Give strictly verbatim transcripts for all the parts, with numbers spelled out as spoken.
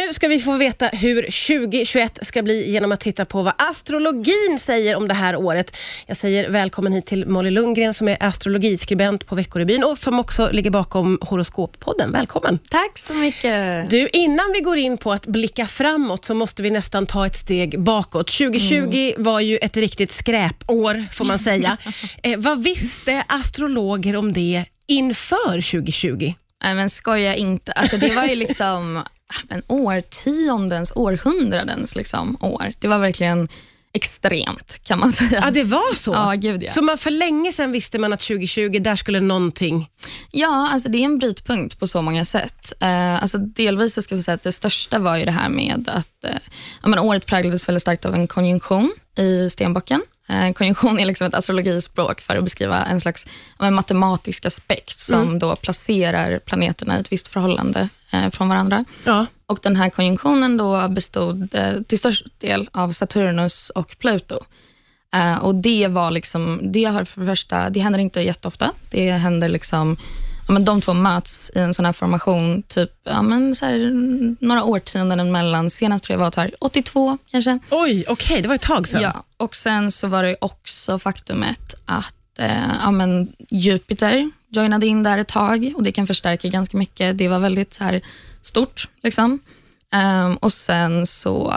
Nu ska vi få veta hur tjugo tjugoett ska bli genom att titta på vad astrologin säger om det här året. Jag säger välkommen hit till Molly Lundgren som är astrologiskribent på Veckorevyn och som också ligger bakom Horoskoppodden. Välkommen. Tack så mycket. Du, innan vi går in på att blicka framåt så måste vi nästan ta ett steg bakåt. tjugo tjugo mm. var ju ett riktigt skräpår får man säga. eh, vad visste astrologer om det inför tjugo tjugo? Nej men skoja inte. Alltså det var ju liksom en årtiondens, århundradens liksom år. Det var verkligen extremt kan man säga. Ja, det var så? Ja, gud ja. Så man för länge sedan visste man att tjugo tjugo, där skulle någonting... Ja, alltså det är en brytpunkt på så många sätt. Eh, alltså delvis så skulle jag säga att det största var ju det här med att eh, ja, men året präglades väldigt starkt av en konjunktion i stenbocken. Eh, konjunktion är liksom ett astrologispråk för att beskriva en slags en matematisk aspekt som mm. då placerar planeterna i ett visst förhållande eh, från varandra. Ja. Och den här konjunktionen då bestod eh, till största del av Saturnus och Pluto. Eh, och det var liksom, det har för det första, det händer inte jätteofta. Det händer liksom, ja men de två möts i en sån här formation typ, ja men så här, några årtionden emellan. Senast tror jag var här åttiotvå kanske. Oj, okej, okay, det var ett tag sedan. Ja, och sen så var det också faktumet att eh, ja men Jupiter joinade in där ett tag och det kan förstärka ganska mycket. Det var väldigt så här stort liksom. Um, och sen så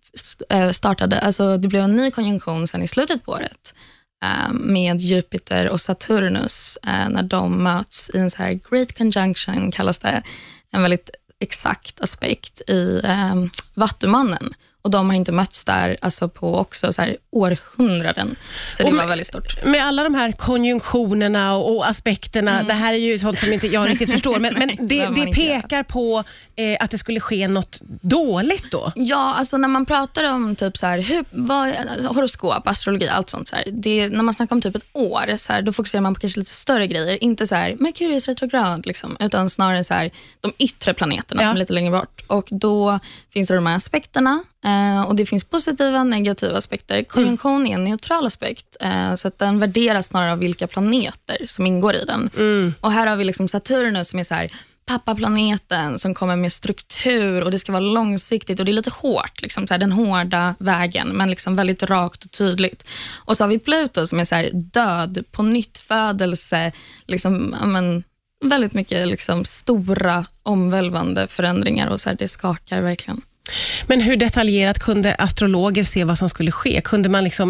uh, startade, alltså det blev en ny konjunktion sen i slutet på året uh, med Jupiter och Saturnus uh, när de möts i en så här great conjunction kallas det, en väldigt exakt aspekt i um, Vattumannen. Och de har inte mötts där alltså på också så här århundraden. Så det med, var väldigt stort. Med alla de här konjunktionerna och, och aspekterna, mm. det här är ju sånt som inte jag riktigt förstår. Men, men det, det pekar på eh, att det skulle ske något dåligt då? Ja, alltså när man pratar om typ så här, hur, vad, horoskop, astrologi, allt sånt så här, det, när man snackar om typ ett år, så här, då fokuserar man på kanske lite större grejer. Inte så här, Merkurius retrograd, liksom, utan snarare så här, de yttre planeterna ja. som är lite längre bort. Och då finns det de här aspekterna. Uh, och det finns positiva och negativa aspekter. Konjunktion mm. är en neutral aspekt. Uh, så att den värderas snarare av vilka planeter som ingår i den. Mm. Och här har vi liksom Saturnus som är så här pappaplaneten som kommer med struktur och det ska vara långsiktigt och det är lite hårt, liksom så här, den hårda vägen men liksom väldigt rakt och tydligt. Och så har vi Pluto som är så här död, på nytt födelse, liksom, men, väldigt mycket liksom stora omvälvande förändringar och så här, det skakar verkligen. Men hur detaljerat kunde astrologer se vad som skulle ske? Kunde man liksom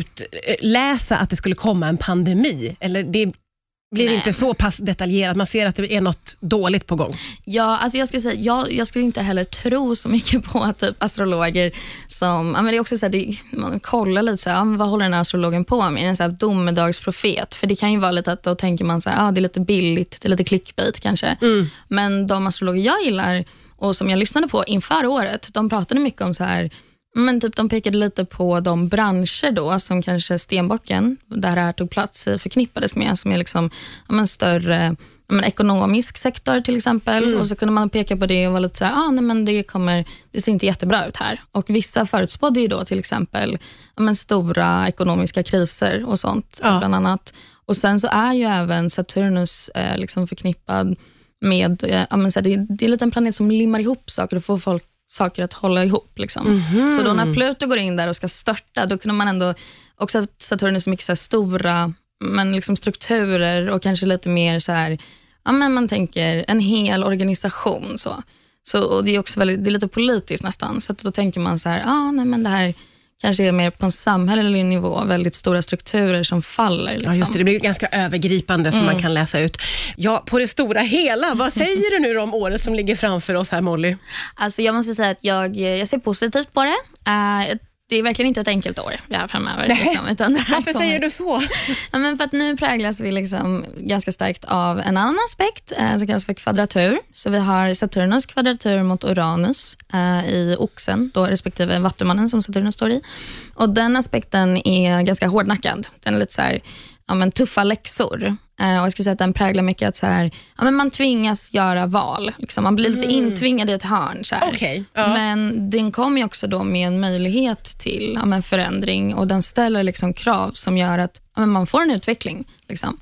utläsa att det skulle komma en pandemi? Eller det blir Nej. inte så pass detaljerat? Man ser att det är något dåligt på gång. Ja, alltså jag skulle säga, jag, jag skulle inte heller tro så mycket på att typ astrologer som, ja men det är också så här, det, man kollar lite så här, ja, vad håller den här astrologen på med? Är det en så här domedagsprofet? För det kan ju vara lite att då tänker man så här, ja det är lite billigt, det är lite clickbait kanske. Mm. Men de astrologer jag gillar och som jag lyssnade på inför året, de pratade mycket om så här, men typ de pekade lite på de branscher då som kanske stenbocken, där det här tog plats, förknippades med, som är liksom ja, en större ja, men ekonomisk sektor till exempel. Mm. Och så kunde man peka på det och vara lite så här, ah, nej, men det, kommer, det ser inte jättebra ut här. Och vissa förutspådde ju då till exempel ja, men stora ekonomiska kriser och sånt ja. bland annat. Och sen så är ju även Saturnus eh, liksom förknippad med, ja, men så här, det, det är lite en planet som limmar ihop saker och får folk saker att hålla ihop liksom. Mm-hmm. Så då när Pluto går in där och ska störta, då kunde man ändå också att Saturnus är mycket så här stora men liksom strukturer och kanske lite mer så här, ja men man tänker en hel organisation så. Så och det är också väldigt, det är lite politiskt nästan, så att då tänker man så här, ja ah, nej men det här kanske är mer på en samhällelig nivå, väldigt stora strukturer som faller. Liksom. Ja just det, det blir ju ganska övergripande som mm. man kan läsa ut. Ja, på det stora hela, vad säger du nu om året som ligger framför oss här, Molly? Alltså jag måste säga att jag, jag ser positivt på det. Uh, det är verkligen inte ett enkelt år vi har framöver. Liksom, utan det här Varför kommer... säger du så? Ja, men för att nu präglas vi liksom ganska starkt av en annan aspekt eh, som kallas för kvadratur. Så vi har Saturnus kvadratur mot Uranus eh, i oxen, då respektive Vattumannen som Saturnus står i. Och den aspekten är ganska hårdnackad. Den är lite så här, ja, men tuffa läxor. Uh, och jag ska säga att den präglar mycket att så här, ja, men man tvingas göra val. Liksom. Man blir lite mm. intvingad i ett hörn. Så här. Okay, ja. Men den kommer ju också då med en möjlighet till ja, men förändring. Och den ställer liksom krav som gör att ja, men man får en utveckling. Liksom.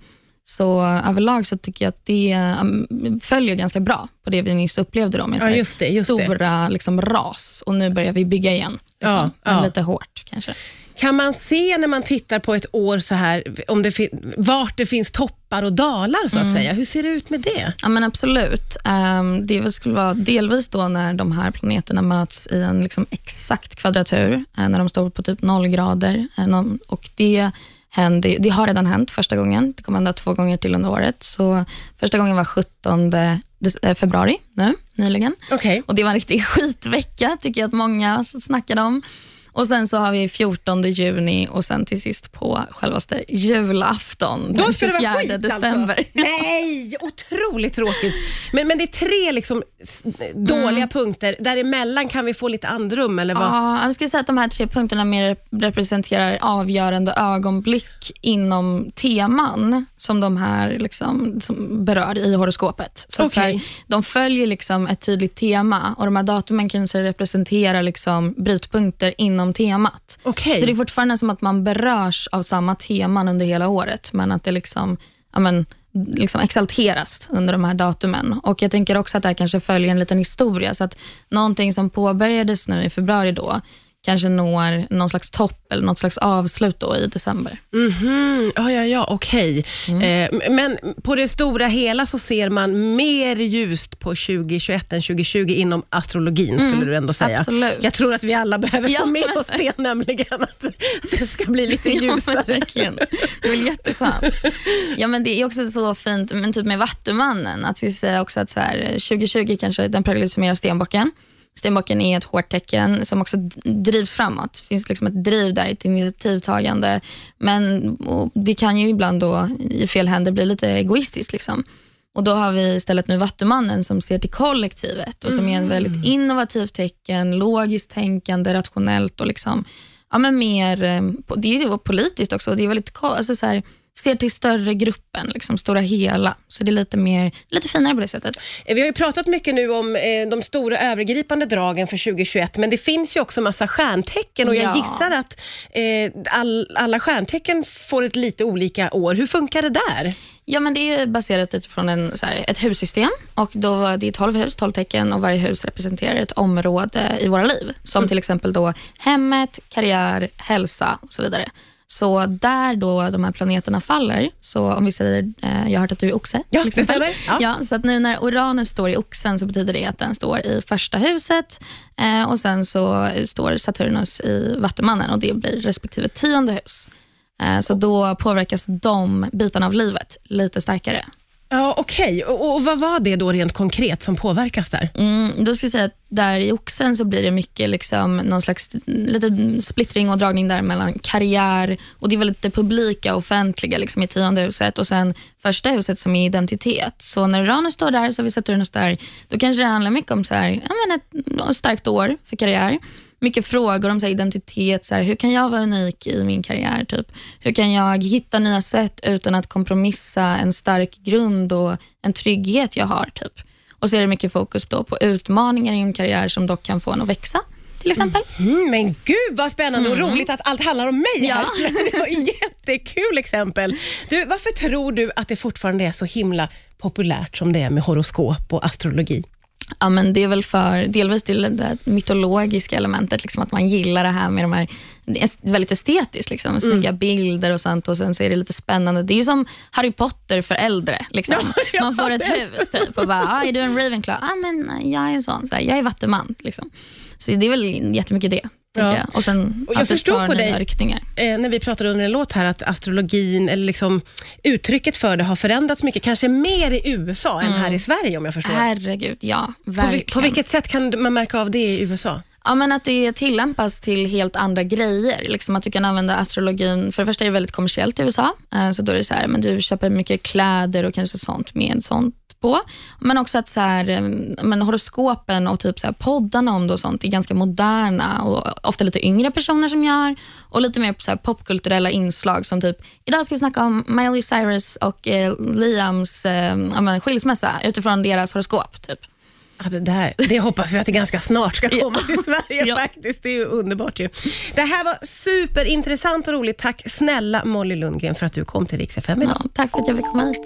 Så överlag så tycker jag att det um, följer ganska bra på det vi nyss upplevde då med ja, just det, just stora liksom, ras. Och nu börjar vi bygga igen. Liksom, ja, ja. Lite hårt kanske. Kan man se när man tittar på ett år så här, om det fin- vart det finns toppar och dalar så att mm. säga? Hur ser det ut med det? Ja men absolut. Um, det skulle vara delvis då när de här planeterna möts i en liksom exakt kvadratur, uh, när de står på typ noll grader. Uh, och det händer, det har redan hänt första gången. Det kommer hända två gånger till under året. Så första gången var sjuttonde februari nu, nyligen. Okay. Och det var en riktig skitvecka tycker jag att många snackade om. Och sen så har vi fjortonde juni och sen till sist på självaste julafton. Då ska det vara skit december. Alltså. Nej, otroligt tråkigt. Men, men det är tre liksom dåliga mm. punkter. Däremellan kan vi få lite andrum eller vad? Ja, jag skulle säga att de här tre punkterna mer representerar avgörande ögonblick inom teman som de här liksom, som berör i horoskopet. Så, okay. att så här, de följer liksom ett tydligt tema och de här datumen kan så representera liksom brytpunkter inom temat. Okay. Så det är fortfarande som att man berörs av samma teman under hela året, men att det liksom, ja men, liksom exalteras under de här datumen. Och jag tänker också att det här kanske följer en liten historia, så att någonting som påbörjades nu i februari då kanske når någon slags topp eller något slags avslut då i december. Mhm, ja, ja, ja, okej. Okay. Mm. Eh, men på det stora hela så ser man mer ljust på tjugo tjugoett än tjugo tjugo inom astrologin, skulle mm, du ändå säga. Absolut. Jag tror att vi alla behöver ja. få med oss det, nämligen att, att det ska bli lite ljusare. Ja, verkligen. Det är väl jätteskönt. Ja, men det är också så fint, men typ med Vattumannen, att vi säger också att så här, tjugo tjugo kanske den präglades mer av stenbocken. Stenbocken är ett hårt tecken som också drivs framåt. Det finns liksom ett driv där, ett initiativtagande. Men det kan ju ibland då i fel händer bli lite egoistiskt. Liksom. Och då har vi istället nu Vattumannen som ser till kollektivet och som mm. är en väldigt innovativt tecken, logiskt tänkande, rationellt och liksom, ja men mer, det är ju politiskt också. Det är väldigt, alltså så här, ser till större gruppen, liksom stora hela. Så det är lite mer, lite finare på det sättet. Vi har ju pratat mycket nu om eh, de stora övergripande dragen för tjugo tjugoett, men det finns ju också massa stjärntecken och jag ja. gissar att eh, all, alla stjärntecken får ett lite olika år. Hur funkar det där? Ja, men det är baserat utifrån en, så här, ett hussystem och då det är tolv hus, tolv tecken och varje hus representerar ett område i våra liv. Som mm. till exempel då hemmet, karriär, hälsa och så vidare. Så där då de här planeterna faller, så om vi säger, eh, jag har hört att du är oxe. Ja, det stämmer. Ja. Ja, så att nu när Uranus står i oxen så betyder det att den står i första huset eh, och sen så står Saturnus i Vattumannen och det blir respektive tionde hus. Eh, så då påverkas de bitarna av livet lite starkare. Ja, okej. Okay. Och, och vad var det då rent konkret som påverkas där? Mm, då ska jag säga att där i oxen så blir det mycket liksom någon slags lite splittring och dragning där mellan karriär och det är väl lite publika, offentliga liksom i tionde huset och sen första huset som är identitet. Så när Uranus står där så har vi Saturnus där, då kanske det handlar mycket om så här, ja, men ett, ett starkt år för karriär. Mycket frågor om så här, identitet, så här, hur kan jag vara unik i min karriär typ? Hur kan jag hitta nya sätt utan att kompromissa en stark grund och en trygghet jag har typ? Och så är det mycket fokus då på utmaningar i en karriär som dock kan få en att växa till exempel. Mm, men gud vad spännande och mm. roligt att allt handlar om mig här. Ja. Det var ett jättekul exempel. Du, varför tror du att det fortfarande är så himla populärt som det är med horoskop och astrologi? Ja, men det är väl för delvis till det mytologiska elementet, liksom att man gillar det här med de här, det är väldigt estetiskt liksom, snygga mm. bilder och sånt och sen så är det lite spännande. Det är ju som Harry Potter för äldre liksom. Ja, man får ett hus typ och bara, ah, är du en Ravenclaw? Ja, ah, men jag är en sån, så här, jag är vattuman liksom. Så det är väl jättemycket det. Ja. Jag. Och sen och jag förstår på dig eh, när vi pratade under en låt här att astrologin eller liksom uttrycket för det har förändrats mycket, kanske mer i U S A mm. än här i Sverige om jag förstår. Herregud, ja, verkligen. På, på vilket sätt kan man märka av det i U S A? Ja, men att det tillämpas till helt andra grejer. Liksom att du kan använda astrologin, för det första är det väldigt kommersiellt i U S A. Så då är det så här, men du köper mycket kläder och kanske sånt med sånt på. Men också att så här, men horoskopen och typ så här poddarna om det och sånt är ganska moderna och ofta lite yngre personer som gör och lite mer så här popkulturella inslag som typ, idag ska vi snacka om Miley Cyrus och eh, Liams eh, ja, men, skilsmässa utifrån deras horoskop typ. Ja, det, där, det hoppas vi att det ganska snart ska komma Ja. till Sverige Ja. faktiskt. Det är ju underbart ju. Det här var superintressant och roligt. Tack snälla Molly Lundgren för att du kom till Rix F M idag. Ja, tack för att jag fick komma hit.